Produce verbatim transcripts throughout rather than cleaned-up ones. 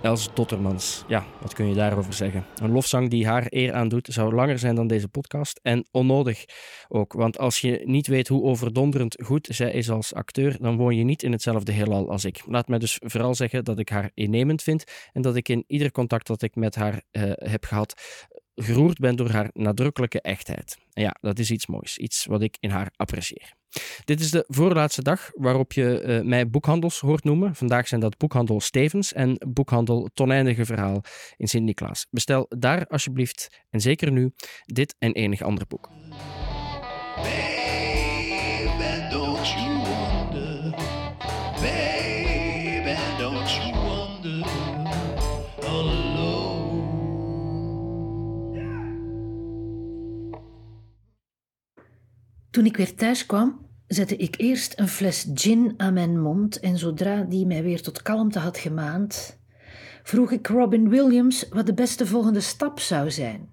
Els Dottermans. Ja, wat kun je daarover zeggen? Een lofzang die haar eer aandoet zou langer zijn dan deze podcast. En onnodig ook, want als je niet weet hoe overdonderend goed zij is als acteur, dan woon je niet in hetzelfde heelal als ik. Laat mij dus vooral zeggen dat ik haar innemend vind en dat ik in ieder contact dat ik met haar uh, heb gehad geroerd ben door haar nadrukkelijke echtheid. En ja, dat is iets moois. Iets wat ik in haar apprecieer. Dit is de voorlaatste dag waarop je uh, mij boekhandels hoort noemen. Vandaag zijn dat boekhandel Stevens en boekhandel Toneindige Verhaal in Sint-Niklaas. Bestel daar alsjeblieft, en zeker nu, dit en enig ander boek. Baby, don't you wonder. Baby, don't you wonder. Alone. Toen ik weer thuis kwam, zette ik eerst een fles gin aan mijn mond en zodra die mij weer tot kalmte had gemaand, vroeg ik Robin Williams wat de beste volgende stap zou zijn.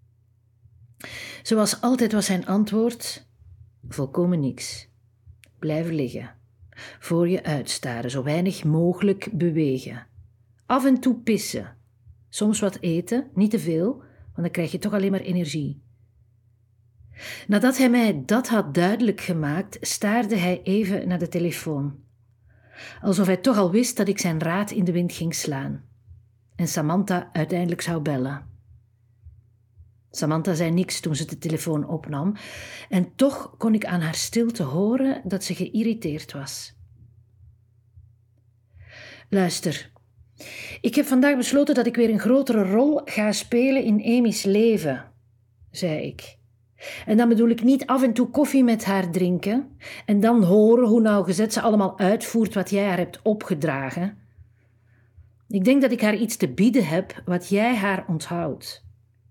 Zoals altijd was zijn antwoord: volkomen niks. Blijven liggen. Voor je uitstaren, zo weinig mogelijk bewegen. Af en toe pissen. Soms wat eten, niet te veel, want dan krijg je toch alleen maar energie. Nadat hij mij dat had duidelijk gemaakt, staarde hij even naar de telefoon. Alsof hij toch al wist dat ik zijn raad in de wind ging slaan. En Samantha uiteindelijk zou bellen. Samantha zei niks toen ze de telefoon opnam, en toch kon ik aan haar stilte horen dat ze geïrriteerd was. Luister, ik heb vandaag besloten dat ik weer een grotere rol ga spelen in Amy's leven, zei ik. En dan bedoel ik niet af en toe koffie met haar drinken en dan horen hoe nauwgezet ze allemaal uitvoert wat jij haar hebt opgedragen. Ik denk dat ik haar iets te bieden heb wat jij haar onthoudt.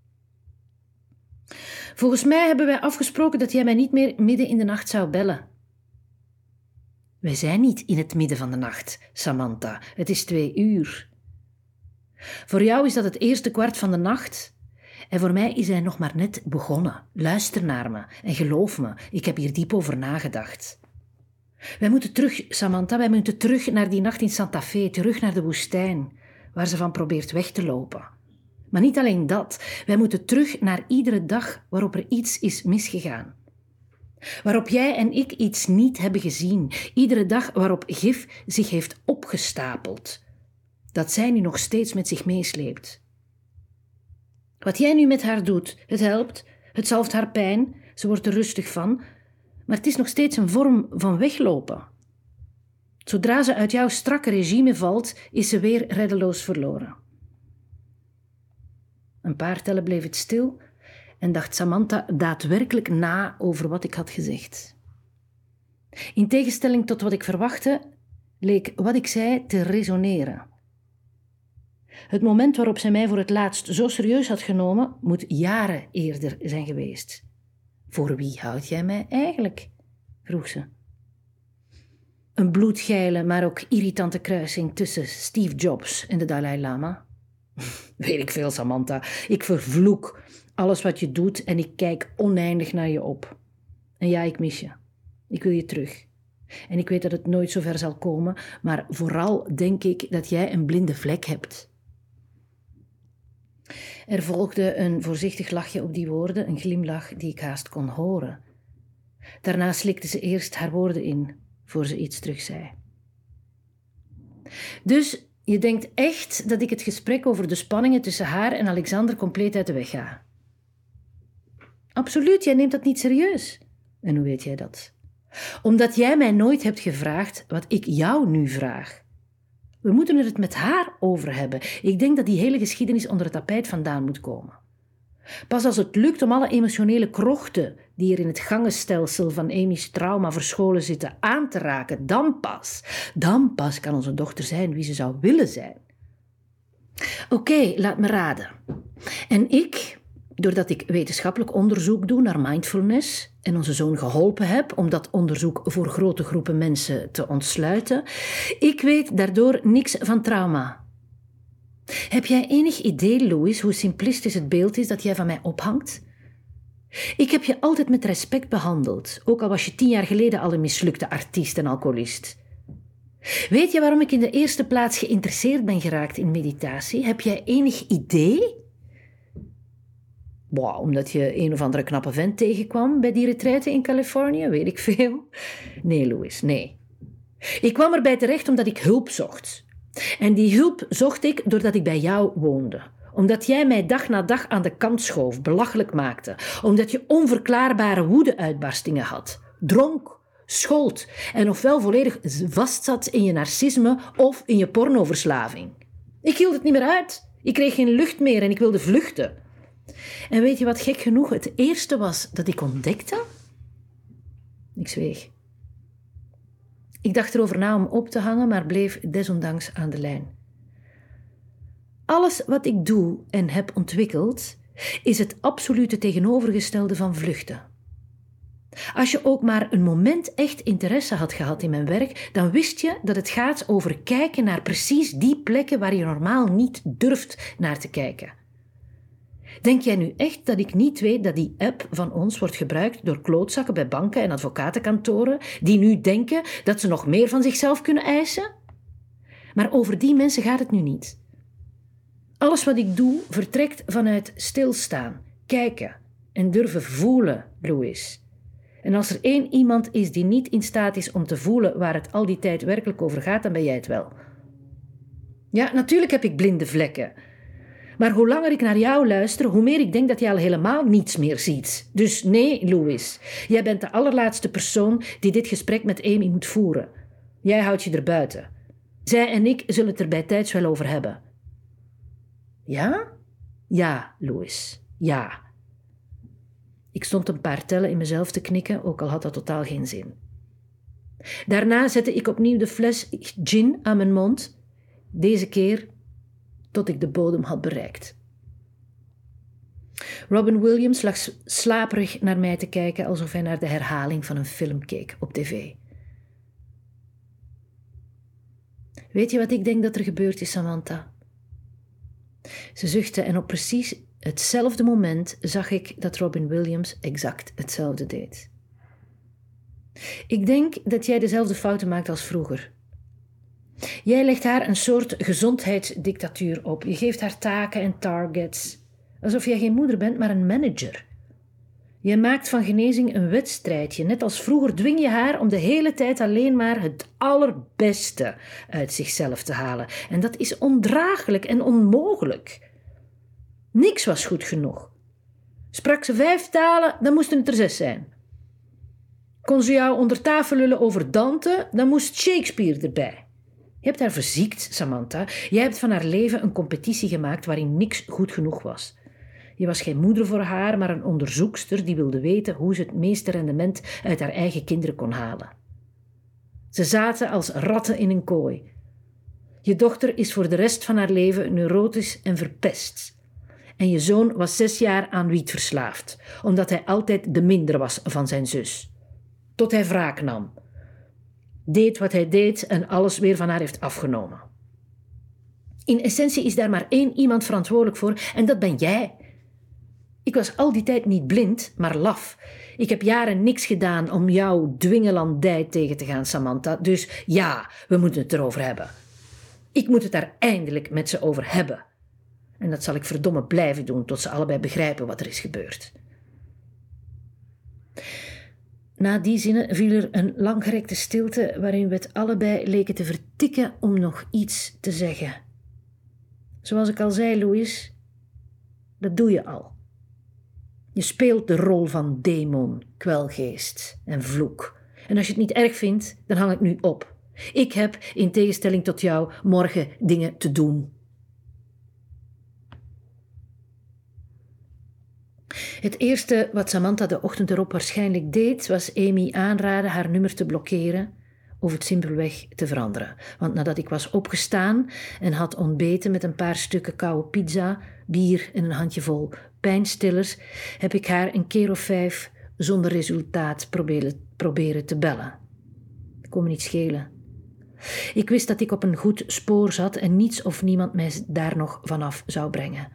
Volgens mij hebben wij afgesproken dat jij mij niet meer midden in de nacht zou bellen. Wij zijn niet in het midden van de nacht, Samantha. Het is twee uur. Voor jou is dat het eerste kwart van de nacht. En voor mij is hij nog maar net begonnen. Luister naar me en geloof me, ik heb hier diep over nagedacht. Wij moeten terug, Samantha, wij moeten terug naar die nacht in Santa Fe, terug naar de woestijn, waar ze van probeert weg te lopen. Maar niet alleen dat, wij moeten terug naar iedere dag waarop er iets is misgegaan. Waarop jij en ik iets niet hebben gezien, iedere dag waarop gif zich heeft opgestapeld, dat zij nu nog steeds met zich meesleept. Wat jij nu met haar doet, het helpt, het zalft haar pijn, ze wordt er rustig van, maar het is nog steeds een vorm van weglopen. Zodra ze uit jouw strakke regime valt, is ze weer reddeloos verloren. Een paar tellen bleef het stil en dacht Samantha daadwerkelijk na over wat ik had gezegd. In tegenstelling tot wat ik verwachtte, leek wat ik zei te resoneren. Het moment waarop zij mij voor het laatst zo serieus had genomen, moet jaren eerder zijn geweest. Voor wie houd jij mij eigenlijk? Vroeg ze. Een bloedgeile, maar ook irritante kruising tussen Steve Jobs en de Dalai Lama. Weet ik veel, Samantha. Ik vervloek alles wat je doet en ik kijk oneindig naar je op. En ja, ik mis je. Ik wil je terug. En ik weet dat het nooit zover zal komen, maar vooral denk ik dat jij een blinde vlek hebt. Er volgde een voorzichtig lachje op die woorden, een glimlach die ik haast kon horen. Daarna slikte ze eerst haar woorden in, voor ze iets terug zei. Dus je denkt echt dat ik het gesprek over de spanningen tussen haar en Alexander compleet uit de weg ga? Absoluut, jij neemt dat niet serieus. En hoe weet jij dat? Omdat jij mij nooit hebt gevraagd wat ik jou nu vraag. We moeten er het met haar over hebben. Ik denk dat die hele geschiedenis onder het tapijt vandaan moet komen. Pas als het lukt om alle emotionele krochten die er in het gangenstelsel van Amy's trauma verscholen zitten aan te raken, dan pas, dan pas kan onze dochter zijn wie ze zou willen zijn. Oké, okay, laat me raden. En ik, doordat ik wetenschappelijk onderzoek doe naar mindfulness en onze zoon geholpen heb om dat onderzoek voor grote groepen mensen te ontsluiten, ik weet daardoor niks van trauma. Heb jij enig idee, Louis, hoe simplistisch het beeld is dat jij van mij ophangt? Ik heb je altijd met respect behandeld, ook al was je tien jaar geleden al een mislukte artiest en alcoholist. Weet je waarom ik in de eerste plaats geïnteresseerd ben geraakt in meditatie? Heb jij enig idee? Wow, omdat je een of andere knappe vent tegenkwam bij die retraite in Californië, weet ik veel. Nee, Louis, nee. Ik kwam erbij terecht omdat ik hulp zocht. En die hulp zocht ik doordat ik bij jou woonde. Omdat jij mij dag na dag aan de kant schoof, belachelijk maakte. Omdat je onverklaarbare woede-uitbarstingen had. Dronk, schold en ofwel volledig vastzat in je narcisme of in je pornoverslaving. Ik hield het niet meer uit. Ik kreeg geen lucht meer en ik wilde vluchten. En weet je wat gek genoeg het eerste was dat ik ontdekte? Ik zweeg. Ik dacht erover na om op te hangen, maar bleef desondanks aan de lijn. Alles wat ik doe en heb ontwikkeld, is het absolute tegenovergestelde van vluchten. Als je ook maar een moment echt interesse had gehad in mijn werk, dan wist je dat het gaat over kijken naar precies die plekken waar je normaal niet durft naar te kijken. Denk jij nu echt dat ik niet weet dat die app van ons wordt gebruikt door klootzakken bij banken en advocatenkantoren, die nu denken dat ze nog meer van zichzelf kunnen eisen? Maar over die mensen gaat het nu niet. Alles wat ik doe vertrekt vanuit stilstaan, kijken en durven voelen, Louis. En als er één iemand is die niet in staat is om te voelen waar het al die tijd werkelijk over gaat, dan ben jij het wel. Ja, natuurlijk heb ik blinde vlekken. Maar hoe langer ik naar jou luister, hoe meer ik denk dat jij al helemaal niets meer ziet. Dus nee, Louis, jij bent de allerlaatste persoon die dit gesprek met Amy moet voeren. Jij houdt je erbuiten. Zij en ik zullen het er bij tijds wel over hebben. Ja? Ja, Louis, ja. Ik stond een paar tellen in mezelf te knikken, ook al had dat totaal geen zin. Daarna zette ik opnieuw de fles gin aan mijn mond, deze keer tot ik de bodem had bereikt. Robin Williams lag slaperig naar mij te kijken, alsof hij naar de herhaling van een film keek op tv. Weet je wat ik denk dat er gebeurd is, Samantha? Ze zuchtte en op precies hetzelfde moment zag ik dat Robin Williams exact hetzelfde deed. Ik denk dat jij dezelfde fouten maakt als vroeger. Jij legt haar een soort gezondheidsdictatuur op. Je geeft haar taken en targets. Alsof jij geen moeder bent, maar een manager. Je maakt van genezing een wedstrijdje. Net als vroeger dwing je haar om de hele tijd alleen maar het allerbeste uit zichzelf te halen. En dat is ondraaglijk en onmogelijk. Niks was goed genoeg. Sprak ze vijf talen, dan moesten het er zes zijn. Kon ze jou onder tafel lullen over Dante, dan moest Shakespeare erbij. Je hebt haar verziekt, Samantha. Jij hebt van haar leven een competitie gemaakt waarin niks goed genoeg was. Je was geen moeder voor haar, maar een onderzoekster die wilde weten hoe ze het meeste rendement uit haar eigen kinderen kon halen. Ze zaten als ratten in een kooi. Je dochter is voor de rest van haar leven neurotisch en verpest. En je zoon was zes jaar aan wiet verslaafd, omdat hij altijd de minder was van zijn zus. Tot hij wraak nam. Deed wat hij deed en alles weer van haar heeft afgenomen. In essentie is daar maar één iemand verantwoordelijk voor en dat ben jij. Ik was al die tijd niet blind, maar laf. Ik heb jaren niks gedaan om jouw dwingelandij tegen te gaan, Samantha. Dus ja, we moeten het erover hebben. Ik moet het daar eindelijk met ze over hebben. En dat zal ik verdomme blijven doen tot ze allebei begrijpen wat er is gebeurd. Na die zinnen viel er een langgerekte stilte waarin we het allebei leken te vertikken om nog iets te zeggen. Zoals ik al zei, Louis, dat doe je al. Je speelt de rol van demon, kwelgeest en vloek. En als je het niet erg vindt, dan hang ik nu op. Ik heb, in tegenstelling tot jou, morgen dingen te doen. Het eerste wat Samantha de ochtend erop waarschijnlijk deed, was Amy aanraden haar nummer te blokkeren of het simpelweg te veranderen. Want nadat ik was opgestaan en had ontbeten met een paar stukken koude pizza, bier en een handjevol pijnstillers, heb ik haar een keer of vijf zonder resultaat proberen, proberen te bellen. Het kon me niet schelen. Ik wist dat ik op een goed spoor zat en niets of niemand mij daar nog vanaf zou brengen.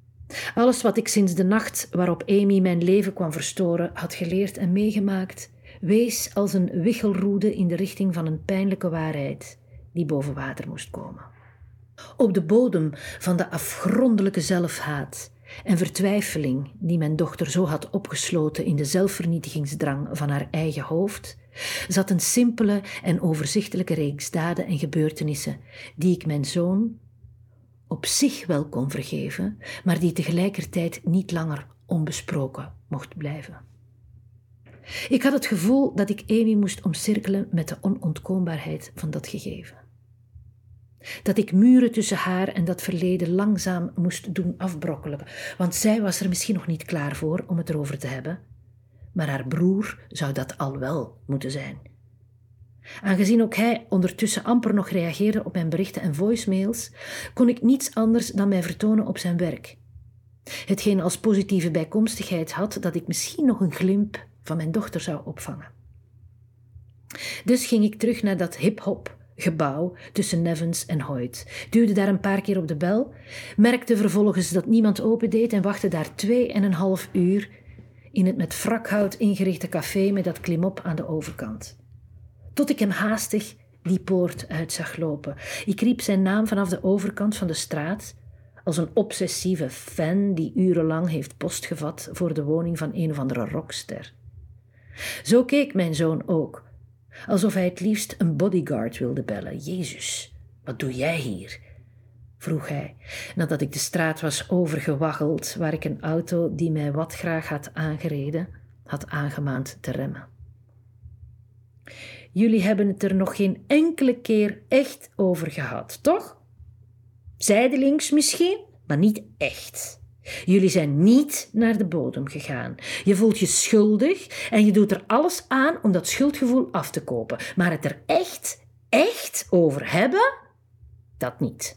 Alles wat ik sinds de nacht waarop Amy mijn leven kwam verstoren had geleerd en meegemaakt, wees als een wichelroede in de richting van een pijnlijke waarheid die boven water moest komen. Op de bodem van de afgrondelijke zelfhaat en vertwijfeling die mijn dochter zo had opgesloten in de zelfvernietigingsdrang van haar eigen hoofd, zat een simpele en overzichtelijke reeks daden en gebeurtenissen die ik mijn zoon op zich wel kon vergeven, maar die tegelijkertijd niet langer onbesproken mocht blijven. Ik had het gevoel dat ik Amy moest omcirkelen met de onontkoombaarheid van dat gegeven. Dat ik muren tussen haar en dat verleden langzaam moest doen afbrokkelen, want zij was er misschien nog niet klaar voor om het erover te hebben, maar haar broer zou dat al wel moeten zijn. Aangezien ook hij ondertussen amper nog reageerde op mijn berichten en voicemails, kon ik niets anders dan mij vertonen op zijn werk. Hetgeen als positieve bijkomstigheid had dat ik misschien nog een glimp van mijn dochter zou opvangen. Dus ging ik terug naar dat hip-hop gebouw tussen Nevins en Hoyt, duwde daar een paar keer op de bel, merkte vervolgens dat niemand opendeed en wachtte daar twee en een half uur in het met wrakhout ingerichte café met dat klimop aan de overkant. Tot ik hem haastig die poort uit zag lopen. Ik riep zijn naam vanaf de overkant van de straat, als een obsessieve fan die urenlang heeft postgevat voor de woning van een of andere rockster. Zo keek mijn zoon ook, alsof hij het liefst een bodyguard wilde bellen. Jezus, wat doe jij hier? Vroeg hij, nadat ik de straat was overgewaggeld, waar ik een auto die mij wat graag had aangereden, had aangemaand te remmen. Jullie hebben het er nog geen enkele keer echt over gehad, toch? Zijdelings misschien, maar niet echt. Jullie zijn niet naar de bodem gegaan. Je voelt je schuldig en je doet er alles aan om dat schuldgevoel af te kopen. Maar het er echt, echt over hebben? Dat niet.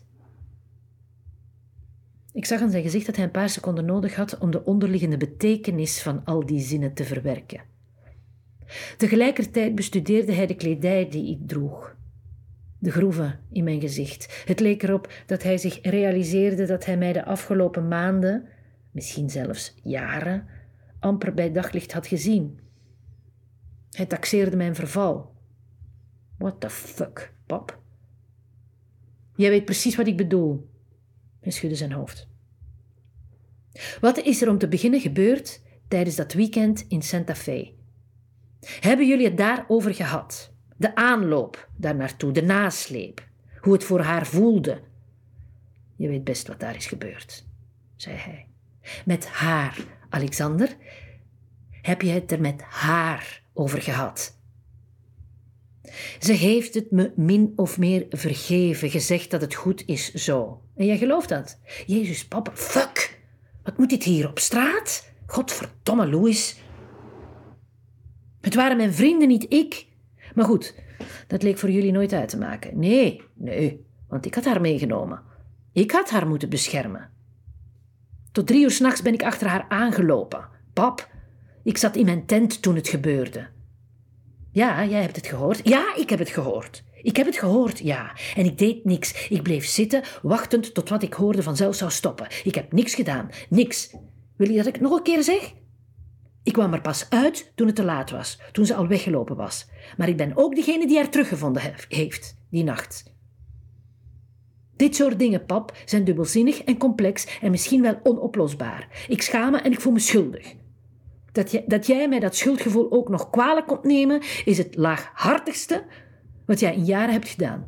Ik zag aan zijn gezicht dat hij een paar seconden nodig had om de onderliggende betekenis van al die zinnen te verwerken. Tegelijkertijd bestudeerde hij de kledij die ik droeg. De groeven in mijn gezicht. Het leek erop dat hij zich realiseerde dat hij mij de afgelopen maanden, misschien zelfs jaren, amper bij daglicht had gezien. Hij taxeerde mijn verval. What the fuck, pap? Jij weet precies wat ik bedoel. Hij schudde zijn hoofd. Wat is er om te beginnen gebeurd tijdens dat weekend in Santa Fe? Hebben jullie het daarover gehad? De aanloop daar naartoe, de nasleep, hoe het voor haar voelde. Je weet best wat daar is gebeurd, zei hij. Met haar, Alexander, heb je het er met haar over gehad. Ze heeft het me min of meer vergeven, gezegd dat het goed is zo. En jij gelooft dat? Jezus, papa, fuck! Wat moet dit hier op straat? Godverdomme, Louis. Het waren mijn vrienden, niet ik. Maar goed, dat leek voor jullie nooit uit te maken. Nee, nee, want ik had haar meegenomen. Ik had haar moeten beschermen. Tot drie uur 's nachts ben ik achter haar aangelopen. Pap, ik zat in mijn tent toen het gebeurde. Ja, jij hebt het gehoord. Ja, ik heb het gehoord. Ik heb het gehoord, ja. En ik deed niks. Ik bleef zitten, wachtend tot wat ik hoorde vanzelf zou stoppen. Ik heb niks gedaan. Niks. Wil je dat ik het nog een keer zeg? Ik kwam er pas uit toen het te laat was, toen ze al weggelopen was. Maar ik ben ook degene die haar teruggevonden heeft, die nacht. Dit soort dingen, pap, zijn dubbelzinnig en complex en misschien wel onoplosbaar. Ik schaam me en ik voel me schuldig. Dat jij, dat jij mij dat schuldgevoel ook nog kwalijk komt nemen, is het laaghartigste wat jij in jaren hebt gedaan.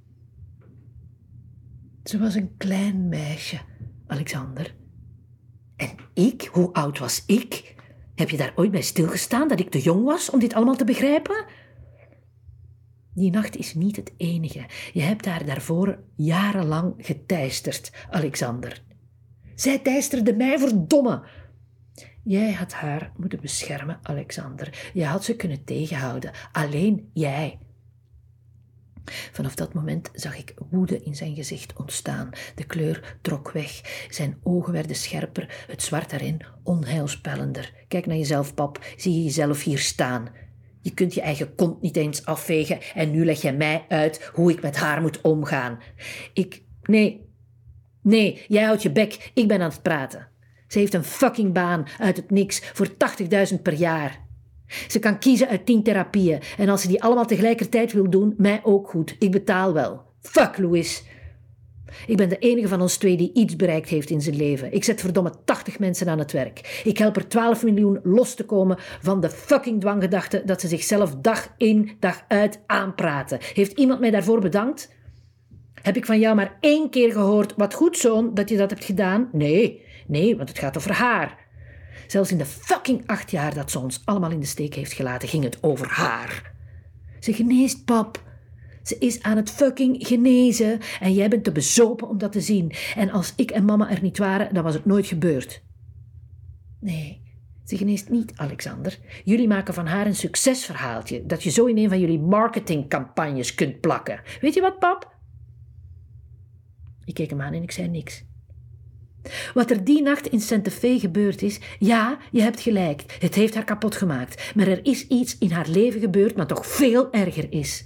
Ze was een klein meisje, Alexander. En ik? Hoe oud was ik? Heb je daar ooit bij stilgestaan dat ik te jong was om dit allemaal te begrijpen? Die nacht is niet het enige. Je hebt haar daarvoor jarenlang geteisterd, Alexander. Zij teisterde mij, verdomme. Jij had haar moeten beschermen, Alexander. Je had ze kunnen tegenhouden. Alleen jij. Vanaf dat moment zag ik woede in zijn gezicht ontstaan. De kleur trok weg. Zijn ogen werden scherper, het zwart erin onheilspellender. Kijk naar jezelf, pap. Zie je jezelf hier staan? Je kunt je eigen kont niet eens afvegen en nu leg je mij uit hoe ik met haar moet omgaan. Ik... Nee. Nee, jij houdt je bek. Ik ben aan het praten. Ze heeft een fucking baan uit het niks voor tachtigduizend per jaar. Ze kan kiezen uit tien therapieën. En als ze die allemaal tegelijkertijd wil doen, mij ook goed. Ik betaal wel. Fuck, Louis. Ik ben de enige van ons twee die iets bereikt heeft in zijn leven. Ik zet verdomme tachtig mensen aan het werk. Ik help er twaalf miljoen los te komen van de fucking dwanggedachte dat ze zichzelf dag in, dag uit aanpraten. Heeft iemand mij daarvoor bedankt? Heb ik van jou maar één keer gehoord, wat goed zoon, dat je dat hebt gedaan? Nee, nee, want het gaat over haar. Zelfs in de fucking acht jaar dat ze ons allemaal in de steek heeft gelaten, ging het over haar. Ze geneest, pap. Ze is aan het fucking genezen en jij bent te bezopen om dat te zien. En als ik en mama er niet waren, dan was het nooit gebeurd. Nee, ze geneest niet, Alexander. Jullie maken van haar een succesverhaaltje dat je zo in een van jullie marketingcampagnes kunt plakken. Weet je wat, pap? Ik keek hem aan en ik zei niks. Wat er die nacht in Santa Fe gebeurd is, ja, je hebt gelijk. Het heeft haar kapot gemaakt. Maar er is iets in haar leven gebeurd wat toch veel erger is.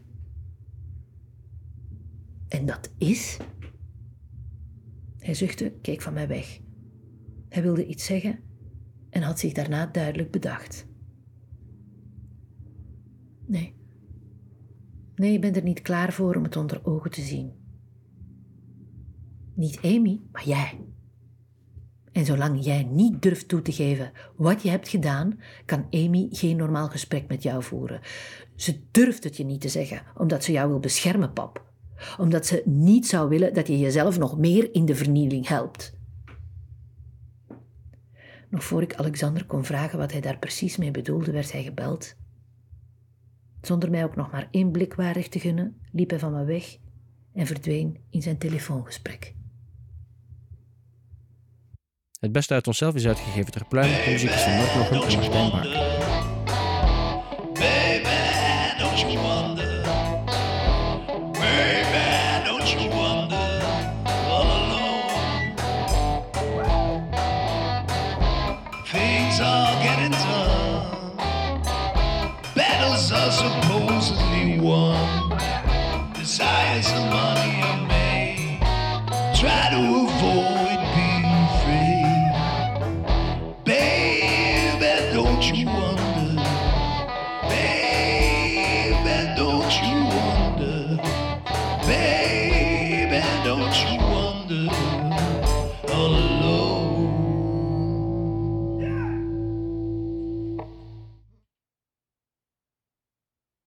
En dat is... Hij zuchtte, keek van mij weg. Hij wilde iets zeggen en had zich daarna duidelijk bedacht. Nee. Nee, ik ben er niet klaar voor om het onder ogen te zien. Niet Amy, maar jij. En zolang jij niet durft toe te geven wat je hebt gedaan, kan Amy geen normaal gesprek met jou voeren. Ze durft het je niet te zeggen, omdat ze jou wil beschermen, pap. Omdat ze niet zou willen dat je jezelf nog meer in de vernieling helpt. Nog voor ik Alexander kon vragen wat hij daar precies mee bedoelde, werd hij gebeld. Zonder mij ook nog maar één blik waardig te gunnen, liep hij van me weg en verdween in zijn telefoongesprek. Het beste uit onszelf is uitgegeven ter pluim. De muziek is van Mark Lochem en Martijn Baak. Things are getting tough. Battles are supposedly won. Desires of money you may try to avoid.